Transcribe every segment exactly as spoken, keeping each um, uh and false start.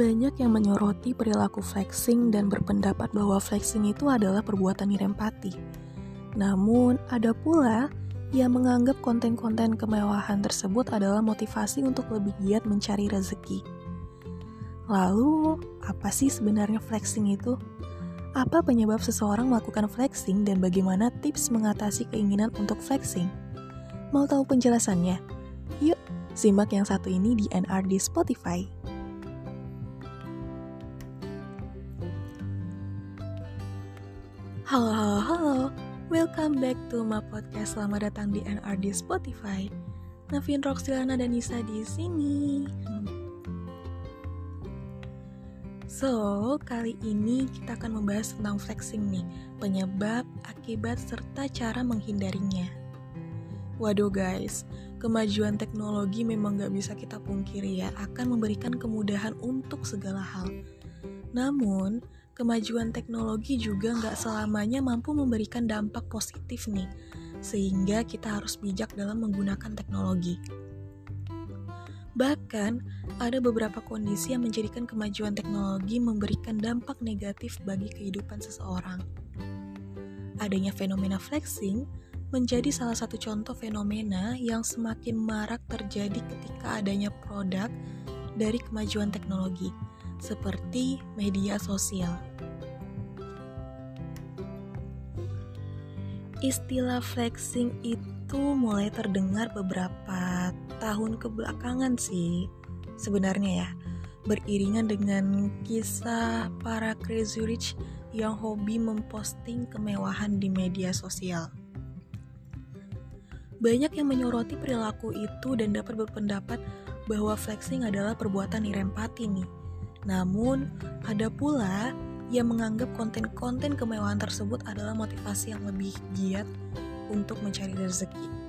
Banyak yang menyoroti perilaku flexing dan berpendapat bahwa flexing itu adalah perbuatan nirempati. Namun, ada pula yang menganggap konten-konten kemewahan tersebut adalah motivasi untuk lebih giat mencari rezeki. Lalu, apa sih sebenarnya flexing itu? Apa penyebab seseorang melakukan flexing dan bagaimana tips mengatasi keinginan untuk flexing? Mau tahu penjelasannya? Yuk, simak yang satu ini di N R di Spotify. Halo, halo, halo. Welcome back to my podcast. Selamat datang di N R di Spotify. Navin, Roxilana, dan Nisa di sini. So, kali ini kita akan membahas tentang flexing nih, penyebab, akibat, serta cara menghindarinya. Waduh guys, kemajuan teknologi memang gak bisa kita pungkiri ya, akan memberikan kemudahan untuk segala hal. Namun, kemajuan teknologi juga gak selamanya mampu memberikan dampak positif nih, sehingga kita harus bijak dalam menggunakan teknologi. Bahkan, ada beberapa kondisi yang menjadikan kemajuan teknologi memberikan dampak negatif bagi kehidupan seseorang. Adanya fenomena flexing menjadi salah satu contoh fenomena yang semakin marak terjadi ketika adanya produk dari kemajuan teknologi, seperti media sosial. Istilah flexing itu mulai terdengar beberapa tahun kebelakangan sih, sebenarnya ya, beriringan dengan kisah para crazy rich yang hobi memposting kemewahan di media sosial. Banyak yang menyoroti perilaku itu dan dapat berpendapat bahwa flexing adalah perbuatan nirempati nih. Namun, ada pula yang menganggap konten-konten kemewahan tersebut adalah motivasi yang lebih giat untuk mencari rezeki.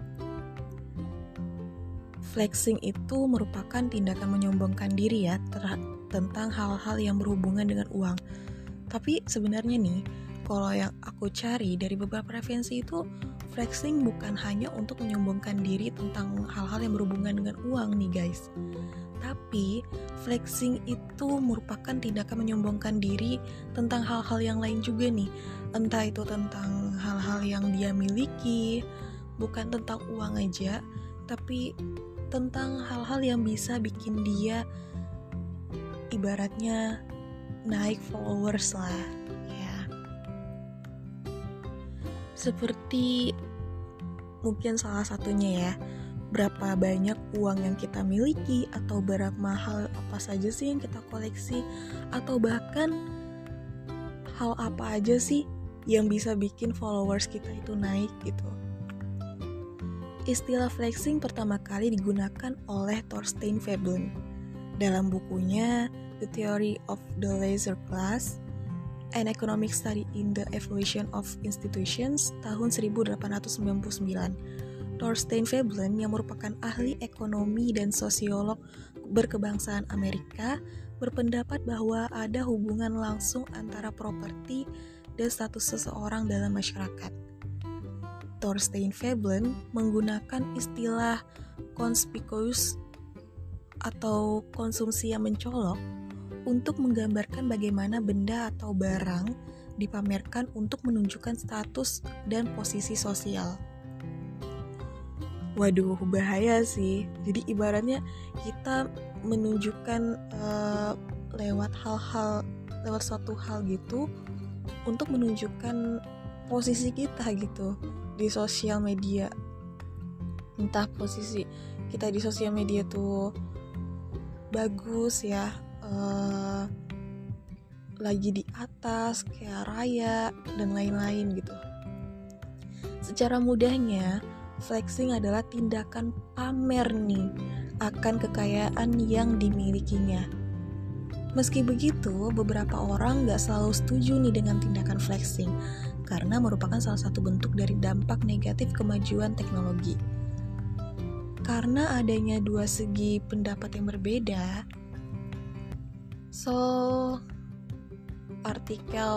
Flexing itu merupakan tindakan menyombongkan diri ya ter- tentang hal-hal yang berhubungan dengan uang. Tapi sebenarnya nih, kalau yang aku cari dari beberapa referensi itu, flexing bukan hanya untuk menyombongkan diri tentang hal-hal yang berhubungan dengan uang nih guys. Tapi, flexing itu merupakan tindakan menyombongkan diri tentang hal-hal yang lain juga nih. Entah itu tentang hal-hal yang dia miliki, bukan tentang uang aja, tapi tentang hal-hal yang bisa bikin dia ibaratnya naik followers lah ya. Seperti mungkin salah satunya ya, berapa banyak uang yang kita miliki, atau barang mahal apa saja sih yang kita koleksi, atau bahkan hal apa aja sih yang bisa bikin followers kita itu naik gitu. Istilah flexing pertama kali digunakan oleh Thorstein Veblen dalam bukunya The Theory of the Leisure Class, An Economic Study in the Evolution of Institutions tahun seribu delapan ratus sembilan puluh sembilan. Thorstein Veblen yang merupakan ahli ekonomi dan sosiolog berkebangsaan Amerika berpendapat bahwa ada hubungan langsung antara properti dan status seseorang dalam masyarakat. Thorstein Veblen menggunakan istilah conspicuous atau konsumsi yang mencolok untuk menggambarkan bagaimana benda atau barang dipamerkan untuk menunjukkan status dan posisi sosial. Waduh, bahaya sih. Jadi ibaratnya kita menunjukkan uh, lewat hal-hal, lewat suatu hal gitu untuk menunjukkan posisi kita gitu di sosial media. Entah posisi kita di sosial media tuh bagus ya, uh, lagi di atas kayak raya dan lain-lain gitu. Secara mudahnya, flexing adalah tindakan pamer nih akan kekayaan yang dimilikinya. Meski begitu, beberapa orang gak selalu setuju nih dengan tindakan flexing karena merupakan salah satu bentuk dari dampak negatif kemajuan teknologi. Karena adanya dua segi pendapat yang berbeda, so artikel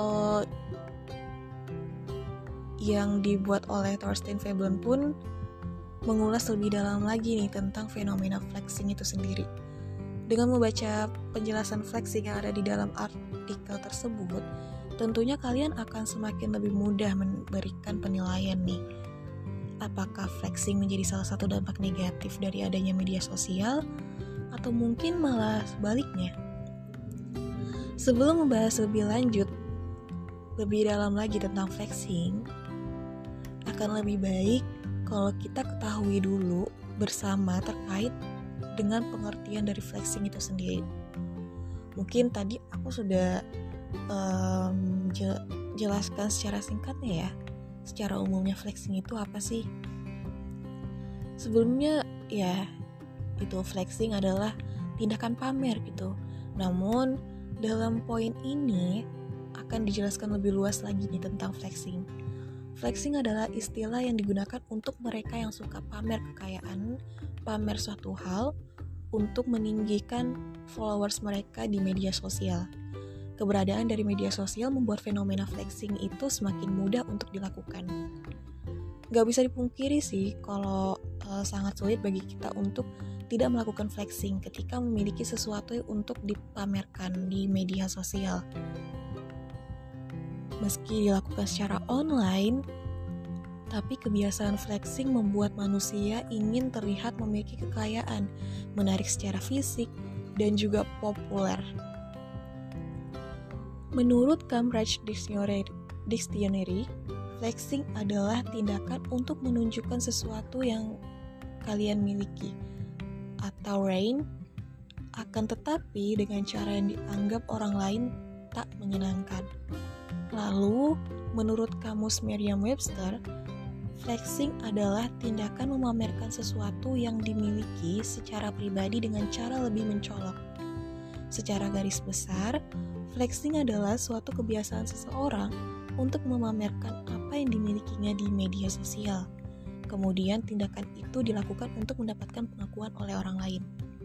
yang dibuat oleh Thorstein Veblen pun mengulas lebih dalam lagi nih tentang fenomena flexing itu sendiri. Dengan membaca penjelasan flexing yang ada di dalam artikel tersebut, tentunya kalian akan semakin lebih mudah memberikan penilaian nih. Apakah flexing menjadi salah satu dampak negatif dari adanya media sosial, atau mungkin malah sebaliknya? Sebelum membahas lebih lanjut, lebih dalam lagi tentang flexing, akan lebih baik kalau kita ketahui dulu bersama terkait dengan pengertian dari flexing itu sendiri. Mungkin tadi aku sudah um, je- jelaskan secara singkatnya ya, secara umumnya flexing itu apa sih? Sebelumnya ya, itu flexing adalah tindakan pamer gitu. Namun dalam poin ini akan dijelaskan lebih luas lagi nih tentang flexing. Flexing adalah istilah yang digunakan untuk mereka yang suka pamer kekayaan, pamer suatu hal untuk meninggikan followers mereka di media sosial. Keberadaan dari media sosial membuat fenomena flexing itu semakin mudah untuk dilakukan. Gak bisa dipungkiri sih kalau uh, sangat sulit bagi kita untuk tidak melakukan flexing ketika memiliki sesuatu untuk dipamerkan di media sosial. Meski dilakukan secara online, tapi kebiasaan flexing membuat manusia ingin terlihat memiliki kekayaan, menarik secara fisik, dan juga populer. Menurut Cambridge Dictionary, Dictionary, flexing adalah tindakan untuk menunjukkan sesuatu yang kalian miliki atau reign, akan tetapi dengan cara yang dianggap orang lain tak menyenangkan. Lalu, menurut Kamus Merriam-Webster, flexing adalah tindakan memamerkan sesuatu yang dimiliki secara pribadi dengan cara lebih mencolok. Secara garis besar, flexing adalah suatu kebiasaan seseorang untuk memamerkan apa yang dimilikinya di media sosial. Kemudian tindakan itu dilakukan untuk mendapatkan pengakuan oleh orang lain.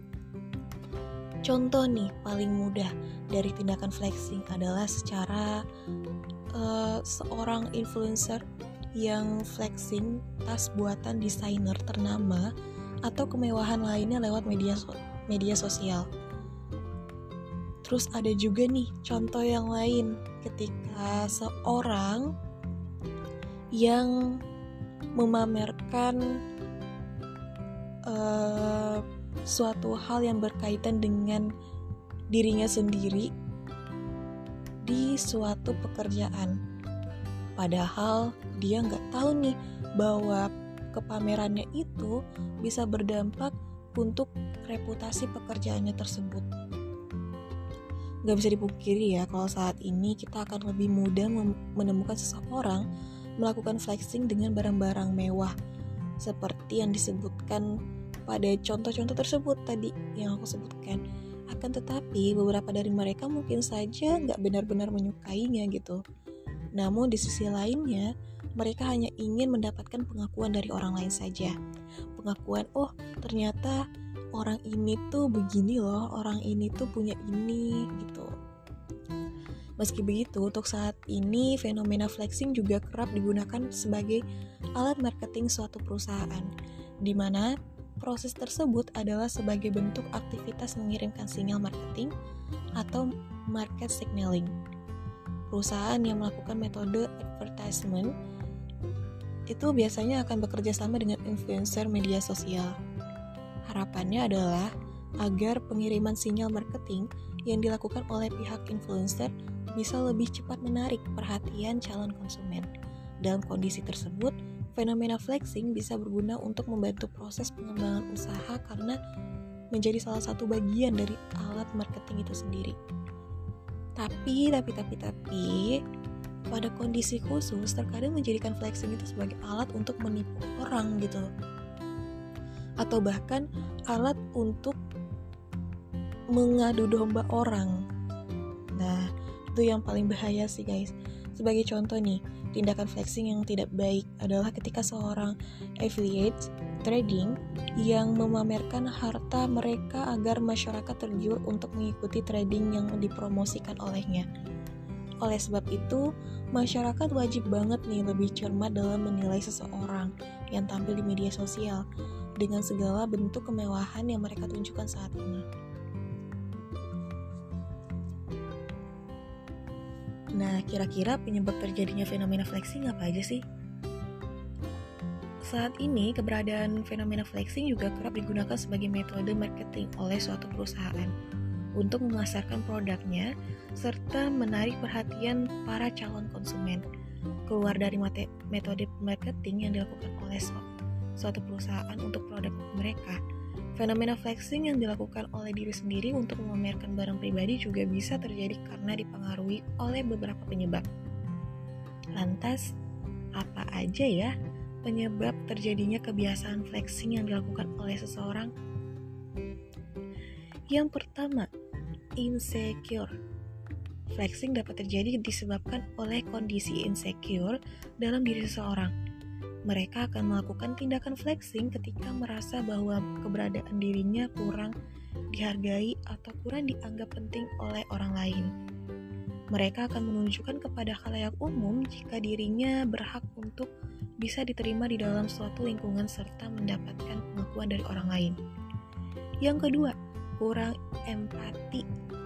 Contoh nih paling mudah dari tindakan flexing adalah secara uh, seorang influencer yang flexing tas buatan desainer ternama atau kemewahan lainnya lewat media so- media sosial. Terus ada juga nih contoh yang lain ketika seorang yang memamerkan uh, suatu hal yang berkaitan dengan dirinya sendiri di suatu pekerjaan. Padahal dia nggak tahu nih bahwa kepamerannya itu bisa berdampak untuk reputasi pekerjaannya tersebut. Nggak bisa dipungkiri ya kalau saat ini kita akan lebih mudah mem- menemukan seseorang melakukan flexing dengan barang-barang mewah seperti yang disebutkan pada contoh-contoh tersebut tadi yang aku sebutkan. Akan tetapi beberapa dari mereka mungkin saja nggak benar-benar menyukainya gitu. Namun di sisi lainnya, mereka hanya ingin mendapatkan pengakuan dari orang lain saja. Pengakuan, oh ternyata orang ini tuh begini loh, orang ini tuh punya ini gitu. Meski begitu, untuk saat ini fenomena flexing juga kerap digunakan sebagai alat marketing suatu perusahaan, di mana proses tersebut adalah sebagai bentuk aktivitas mengirimkan sinyal marketing atau market signaling. Perusahaan yang melakukan metode advertisement itu biasanya akan bekerja sama dengan influencer media sosial. Harapannya adalah agar pengiriman sinyal marketing yang dilakukan oleh pihak influencer bisa lebih cepat menarik perhatian calon konsumen. Dalam kondisi tersebut, fenomena flexing bisa berguna untuk membantu proses pengembangan usaha karena menjadi salah satu bagian dari alat marketing itu sendiri. Tapi, tapi, tapi, tapi, pada kondisi khusus terkadang menjadikan flexing itu sebagai alat untuk menipu orang gitu. Atau bahkan alat untuk mengadu domba orang. Nah, itu yang paling bahaya sih guys. Sebagai contoh nih, tindakan flexing yang tidak baik adalah ketika seorang affiliate trading yang memamerkan harta mereka agar masyarakat tergiur untuk mengikuti trading yang dipromosikan olehnya. Oleh sebab itu, masyarakat wajib banget nih lebih cermat dalam menilai seseorang yang tampil di media sosial dengan segala bentuk kemewahan yang mereka tunjukkan saat ini. Nah, kira-kira penyebab terjadinya fenomena flexing apa aja sih? Saat ini, keberadaan fenomena flexing juga kerap digunakan sebagai metode marketing oleh suatu perusahaan untuk memasarkan produknya serta menarik perhatian para calon konsumen. Keluar dari metode marketing yang dilakukan oleh suatu perusahaan untuk produk mereka, fenomena flexing yang dilakukan oleh diri sendiri untuk memamerkan barang pribadi juga bisa terjadi karena dipengaruhi oleh beberapa penyebab. Lantas, apa aja ya penyebab terjadinya kebiasaan flexing yang dilakukan oleh seseorang? Yang pertama, insecure. Flexing dapat terjadi disebabkan oleh kondisi insecure dalam diri seseorang. Mereka akan melakukan tindakan flexing ketika merasa bahwa keberadaan dirinya kurang dihargai atau kurang dianggap penting oleh orang lain. Mereka akan menunjukkan kepada khalayak umum jika dirinya berhak untuk bisa diterima di dalam suatu lingkungan serta mendapatkan pengakuan dari orang lain. Yang kedua, kurang empati.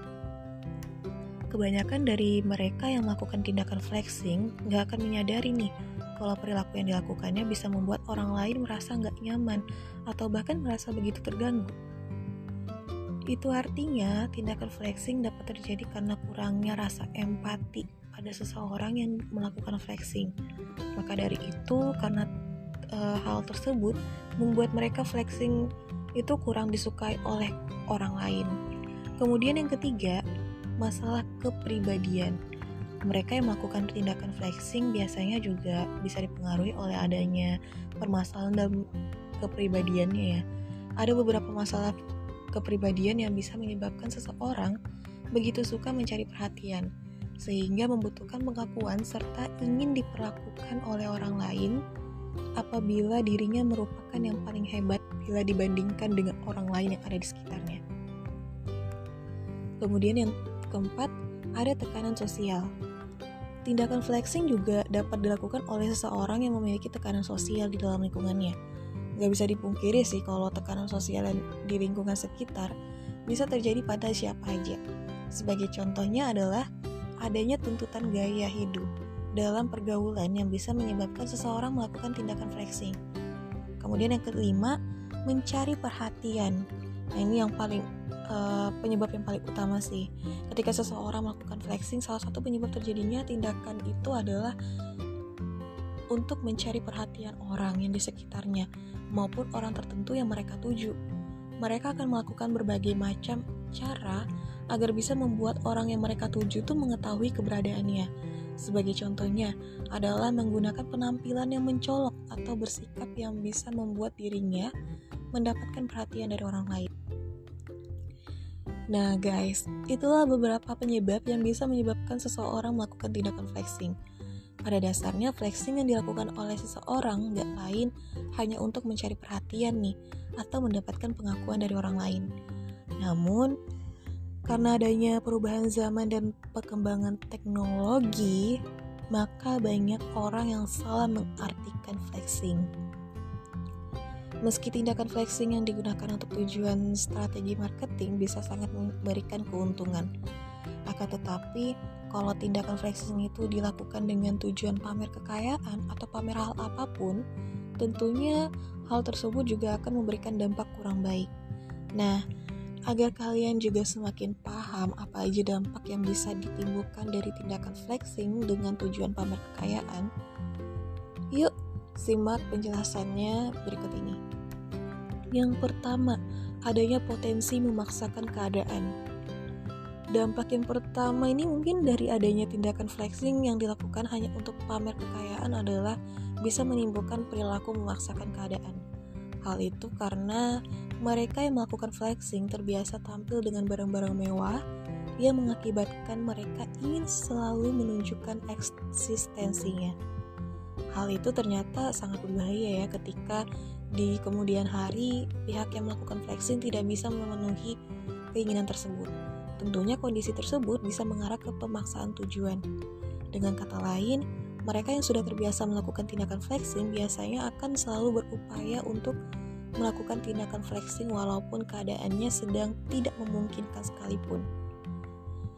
Kebanyakan dari mereka yang melakukan tindakan flexing nggak akan menyadari nih kalau perilaku yang dilakukannya bisa membuat orang lain merasa nggak nyaman atau bahkan merasa begitu terganggu. Itu artinya tindakan flexing dapat terjadi karena kurangnya rasa empati pada seseorang yang melakukan flexing. Maka dari itu, karena e, hal tersebut membuat mereka flexing itu kurang disukai oleh orang lain. Kemudian yang ketiga, masalah kepribadian. Mereka yang melakukan tindakan flexing biasanya juga bisa dipengaruhi oleh adanya permasalahan dalam kepribadiannya ya. Ada beberapa masalah kepribadian yang bisa menyebabkan seseorang begitu suka mencari perhatian, sehingga membutuhkan pengakuan serta ingin diperlakukan oleh orang lain apabila dirinya merupakan yang paling hebat bila dibandingkan dengan orang lain yang ada di sekitarnya. Kemudian yang keempat, ada tekanan sosial. Tindakan flexing juga dapat dilakukan oleh seseorang yang memiliki tekanan sosial di dalam lingkungannya. Gak bisa dipungkiri sih kalau tekanan sosial di lingkungan sekitar bisa terjadi pada siapa aja. Sebagai contohnya adalah adanya tuntutan gaya hidup dalam pergaulan yang bisa menyebabkan seseorang melakukan tindakan flexing. Kemudian yang kelima, mencari perhatian. Nah ini yang paling uh, penyebab yang paling utama sih. Ketika seseorang melakukan flexing, salah satu penyebab terjadinya tindakan itu adalah untuk mencari perhatian orang yang di sekitarnya maupun orang tertentu yang mereka tuju. Mereka akan melakukan berbagai macam cara agar bisa membuat orang yang mereka tuju itu mengetahui keberadaannya. Sebagai contohnya adalah menggunakan penampilan yang mencolok atau bersikap yang bisa membuat dirinya mendapatkan perhatian dari orang lain. Nah guys, itulah beberapa penyebab yang bisa menyebabkan seseorang melakukan tindakan flexing. Pada dasarnya flexing yang dilakukan oleh seseorang gak lain hanya untuk mencari perhatian nih atau mendapatkan pengakuan dari orang lain. Namun karena adanya perubahan zaman dan perkembangan teknologi, maka banyak orang yang salah mengartikan flexing. Meski tindakan flexing yang digunakan untuk tujuan strategi marketing bisa sangat memberikan keuntungan, akan tetapi kalau tindakan flexing itu dilakukan dengan tujuan pamer kekayaan atau pamer hal apapun, tentunya hal tersebut juga akan memberikan dampak kurang baik. Nah, agar kalian juga semakin paham apa aja dampak yang bisa ditimbulkan dari tindakan flexing dengan tujuan pamer kekayaan, yuk simak penjelasannya berikut ini. Yang pertama, adanya potensi memaksakan keadaan. Dampak yang pertama ini mungkin dari adanya tindakan flexing yang dilakukan hanya untuk pamer kekayaan adalah bisa menimbulkan perilaku memaksakan keadaan. Hal itu karena mereka yang melakukan flexing terbiasa tampil dengan barang-barang mewah yang mengakibatkan mereka ingin selalu menunjukkan eksistensinya. Hal itu ternyata sangat berbahaya ya ketika di kemudian hari pihak yang melakukan flexing tidak bisa memenuhi keinginan tersebut. Tentunya kondisi tersebut bisa mengarah ke pemaksaan tujuan. Dengan kata lain, mereka yang sudah terbiasa melakukan tindakan flexing biasanya akan selalu berupaya untuk melakukan tindakan flexing walaupun keadaannya sedang tidak memungkinkan sekalipun.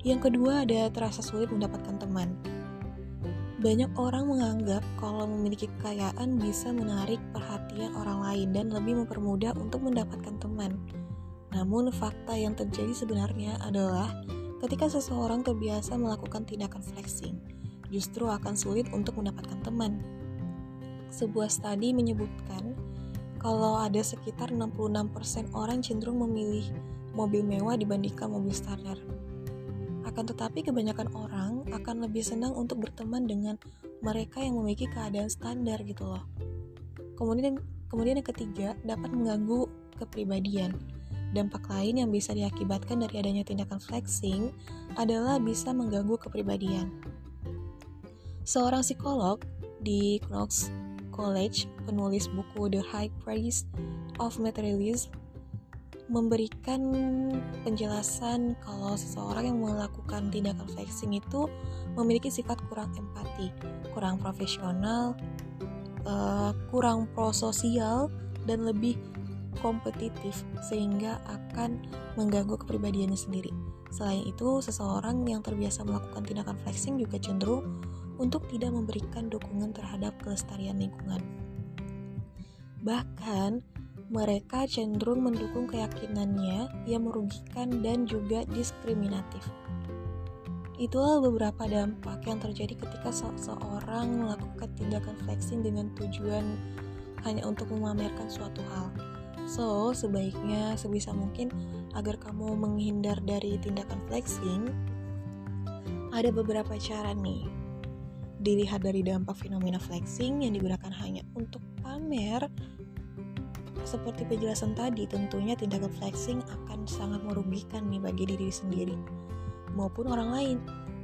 Yang kedua ada terasa sulit mendapatkan teman. Banyak orang menganggap kalau memiliki kekayaan bisa menarik perhatian orang lain dan lebih mempermudah untuk mendapatkan teman. Namun fakta yang terjadi sebenarnya adalah ketika seseorang terbiasa melakukan tindakan flexing, justru akan sulit untuk mendapatkan teman. Sebuah studi menyebutkan kalau ada sekitar enam puluh enam persen orang cenderung memilih mobil mewah dibandingkan mobil standar. Akan tetapi kebanyakan orang akan lebih senang untuk berteman dengan mereka yang memiliki keadaan standar gitu loh. Kemudian, kemudian yang ketiga, dapat mengganggu kepribadian. Dampak lain yang bisa diakibatkan dari adanya tindakan flexing adalah bisa mengganggu kepribadian. Seorang psikolog di Knox College, penulis buku The High Price of Materialism, memberikan penjelasan kalau seseorang yang melakukan tindakan flexing itu memiliki sifat kurang empati, kurang profesional, uh, kurang prososial, dan lebih kompetitif sehingga akan mengganggu kepribadiannya sendiri. Selain itu, seseorang yang terbiasa melakukan tindakan flexing juga cenderung untuk tidak memberikan dukungan terhadap kelestarian lingkungan. Bahkan, mereka cenderung mendukung keyakinannya yang merugikan dan juga diskriminatif. Itulah beberapa dampak yang terjadi ketika seseorang melakukan tindakan flexing dengan tujuan hanya untuk memamerkan suatu hal. So, sebaiknya sebisa mungkin agar kamu menghindar dari tindakan flexing, ada beberapa cara nih. Dilihat dari dampak fenomena flexing yang digunakan hanya untuk pamer. Seperti penjelasan tadi, tentunya tindakan flexing akan sangat merugikan nih bagi diri sendiri maupun orang lain.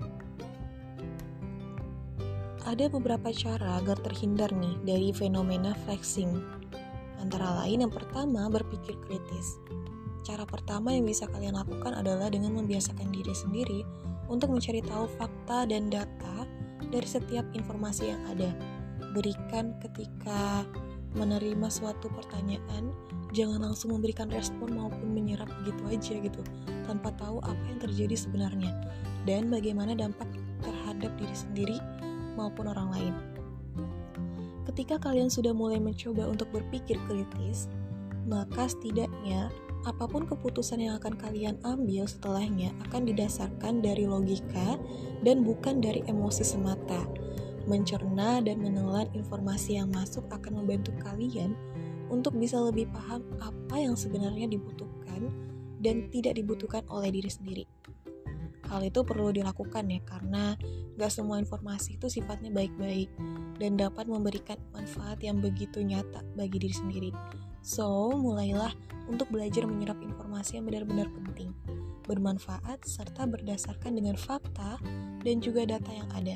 Ada beberapa cara agar terhindar nih dari fenomena flexing. Antara lain yang pertama, berpikir kritis. Cara pertama yang bisa kalian lakukan adalah dengan membiasakan diri sendiri untuk mencari tahu fakta dan data dari setiap informasi yang ada. Berikan ketika menerima suatu pertanyaan, jangan langsung memberikan respon maupun menyerap begitu aja gitu, tanpa tahu apa yang terjadi sebenarnya dan bagaimana dampak terhadap diri sendiri maupun orang lain. Ketika kalian sudah mulai mencoba untuk berpikir kritis, maka setidaknya apapun keputusan yang akan kalian ambil setelahnya akan didasarkan dari logika dan bukan dari emosi semata. Mencerna dan menelan informasi yang masuk akan membantu kalian untuk bisa lebih paham apa yang sebenarnya dibutuhkan dan tidak dibutuhkan oleh diri sendiri. Hal itu perlu dilakukan ya, karena gak semua informasi itu sifatnya baik-baik dan dapat memberikan manfaat yang begitu nyata bagi diri sendiri. So, mulailah untuk belajar menyerap informasi yang benar-benar penting, bermanfaat, serta berdasarkan dengan fakta dan juga data yang ada.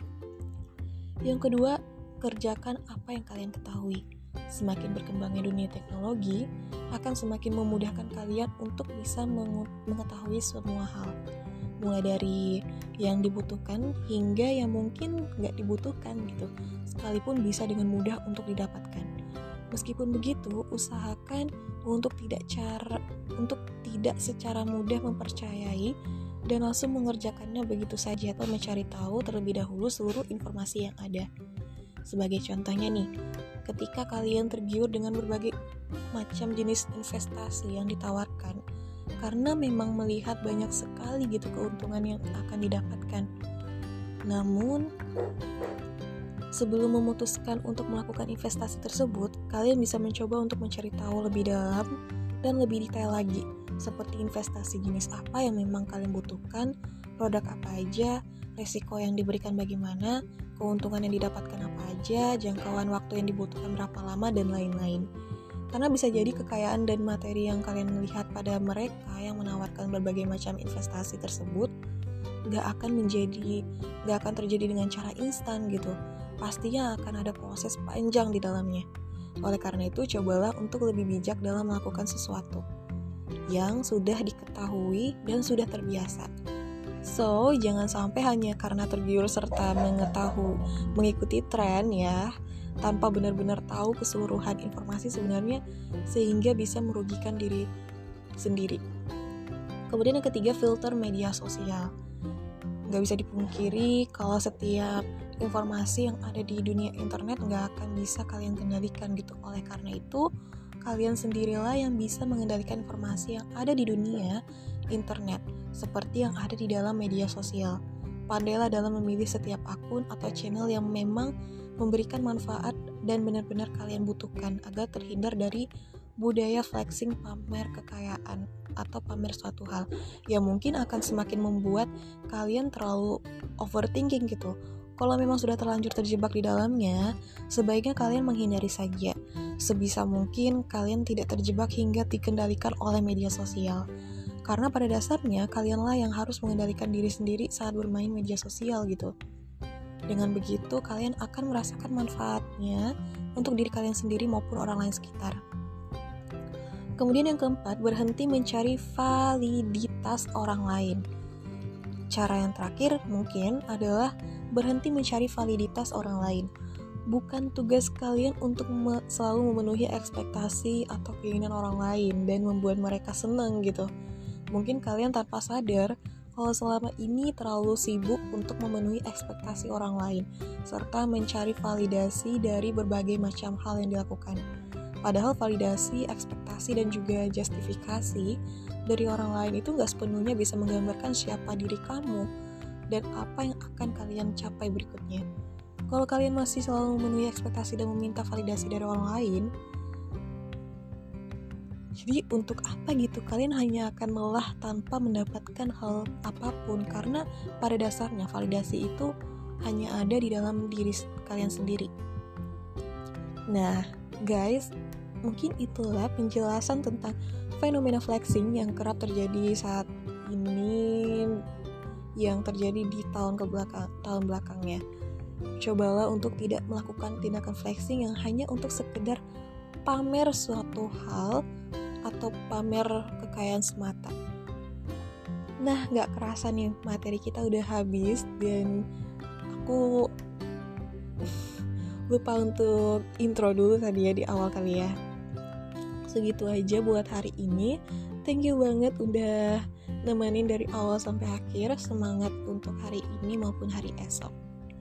Yang kedua, kerjakan apa yang kalian ketahui. Semakin berkembangnya dunia teknologi, akan semakin memudahkan kalian untuk bisa mengetahui semua hal. Mulai dari yang dibutuhkan hingga yang mungkin nggak dibutuhkan gitu, sekalipun bisa dengan mudah untuk didapatkan. Meskipun begitu, usahakan untuk tidak cara untuk tidak secara mudah mempercayai dan langsung mengerjakannya begitu saja atau mencari tahu terlebih dahulu seluruh informasi yang ada. Sebagai contohnya nih, ketika kalian tergiur dengan berbagai macam jenis investasi yang ditawarkan, karena memang melihat banyak sekali gitu keuntungan yang akan didapatkan. Namun, sebelum memutuskan untuk melakukan investasi tersebut, kalian bisa mencoba untuk mencari tahu lebih dalam dan lebih detail lagi, seperti investasi jenis apa yang memang kalian butuhkan, produk apa aja, resiko yang diberikan bagaimana, keuntungan yang didapatkan apa aja, jangkauan waktu yang dibutuhkan berapa lama, dan lain-lain. Karena bisa jadi kekayaan dan materi yang kalian lihat pada mereka yang menawarkan berbagai macam investasi tersebut gak akan menjadi, gak akan terjadi dengan cara instan gitu. Pastinya akan ada proses panjang di dalamnya. Oleh karena itu, cobalah untuk lebih bijak dalam melakukan sesuatu yang sudah diketahui dan sudah terbiasa. So, jangan sampai hanya karena tergiur serta mengetahui, mengikuti tren ya, tanpa benar-benar tahu keseluruhan informasi sebenarnya, sehingga bisa merugikan diri sendiri. Kemudian yang ketiga, filter media sosial. Gak bisa dipungkiri kalau setiap informasi yang ada di dunia internet gak akan bisa kalian kendalikan gitu. Oleh karena itu, kalian sendirilah yang bisa mengendalikan informasi yang ada di dunia internet, seperti yang ada di dalam media sosial. Pandailah dalam memilih setiap akun atau channel yang memang memberikan manfaat dan benar-benar kalian butuhkan agar terhindar dari budaya flexing pamer kekayaan atau pamer suatu hal yang mungkin akan semakin membuat kalian terlalu overthinking gitu. Kalau memang sudah terlanjur terjebak di dalamnya, sebaiknya kalian menghindari saja. Sebisa mungkin kalian tidak terjebak hingga dikendalikan oleh media sosial. Karena pada dasarnya kalianlah yang harus mengendalikan diri sendiri saat bermain media sosial gitu. Dengan begitu kalian akan merasakan manfaatnya untuk diri kalian sendiri maupun orang lain sekitar. Kemudian yang keempat, berhenti mencari validitas orang lain. Cara yang terakhir mungkin adalah berhenti mencari validitas orang lain. Bukan tugas kalian untuk me- selalu memenuhi ekspektasi atau keinginan orang lain dan membuat mereka senang gitu. Mungkin kalian tanpa sadar kalau selama ini terlalu sibuk untuk memenuhi ekspektasi orang lain, serta mencari validasi dari berbagai macam hal yang dilakukan. Padahal validasi, ekspektasi, dan juga justifikasi dari orang lain itu gak sepenuhnya bisa menggambarkan siapa diri kamu dan apa yang akan kalian capai berikutnya. Kalau kalian masih selalu memenuhi ekspektasi dan meminta validasi dari orang lain, jadi untuk apa gitu? Kalian hanya akan lelah tanpa mendapatkan hal apapun, karena pada dasarnya validasi itu hanya ada di dalam diri kalian sendiri. Nah, guys, mungkin itulah penjelasan tentang fenomena flexing yang kerap terjadi saat ini, yang terjadi di tahun ke belakang, tahun belakangnya. Cobalah untuk tidak melakukan tindakan flexing yang hanya untuk sekedar pamer suatu hal atau pamer kekayaan semata. Nah, gak kerasa nih materi kita udah habis dan aku lupa untuk intro dulu tadi ya di awal kali ya. Segitu aja buat hari ini. Thank you banget udah nemenin dari awal sampai akhir. Semangat untuk hari ini maupun hari esok.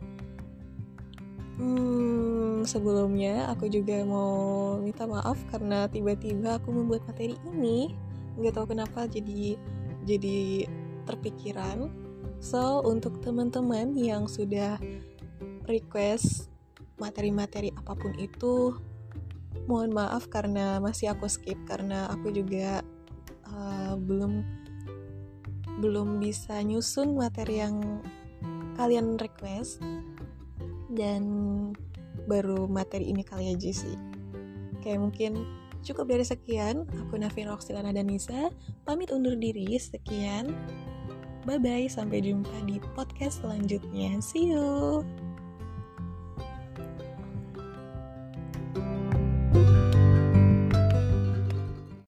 Hmm, sebelumnya aku juga mau minta maaf karena tiba-tiba aku membuat materi ini. Nggak tahu kenapa jadi jadi terpikiran. So, untuk teman-teman yang sudah request materi-materi apapun itu, mohon maaf karena masih aku skip karena aku juga uh, belum belum bisa nyusun materi yang kalian request dan baru materi ini kali aja sih. Kayak mungkin cukup dari sekian. Aku Navin Roxilana Danisa pamit undur diri. Sekian, bye bye, sampai jumpa di podcast selanjutnya. See you.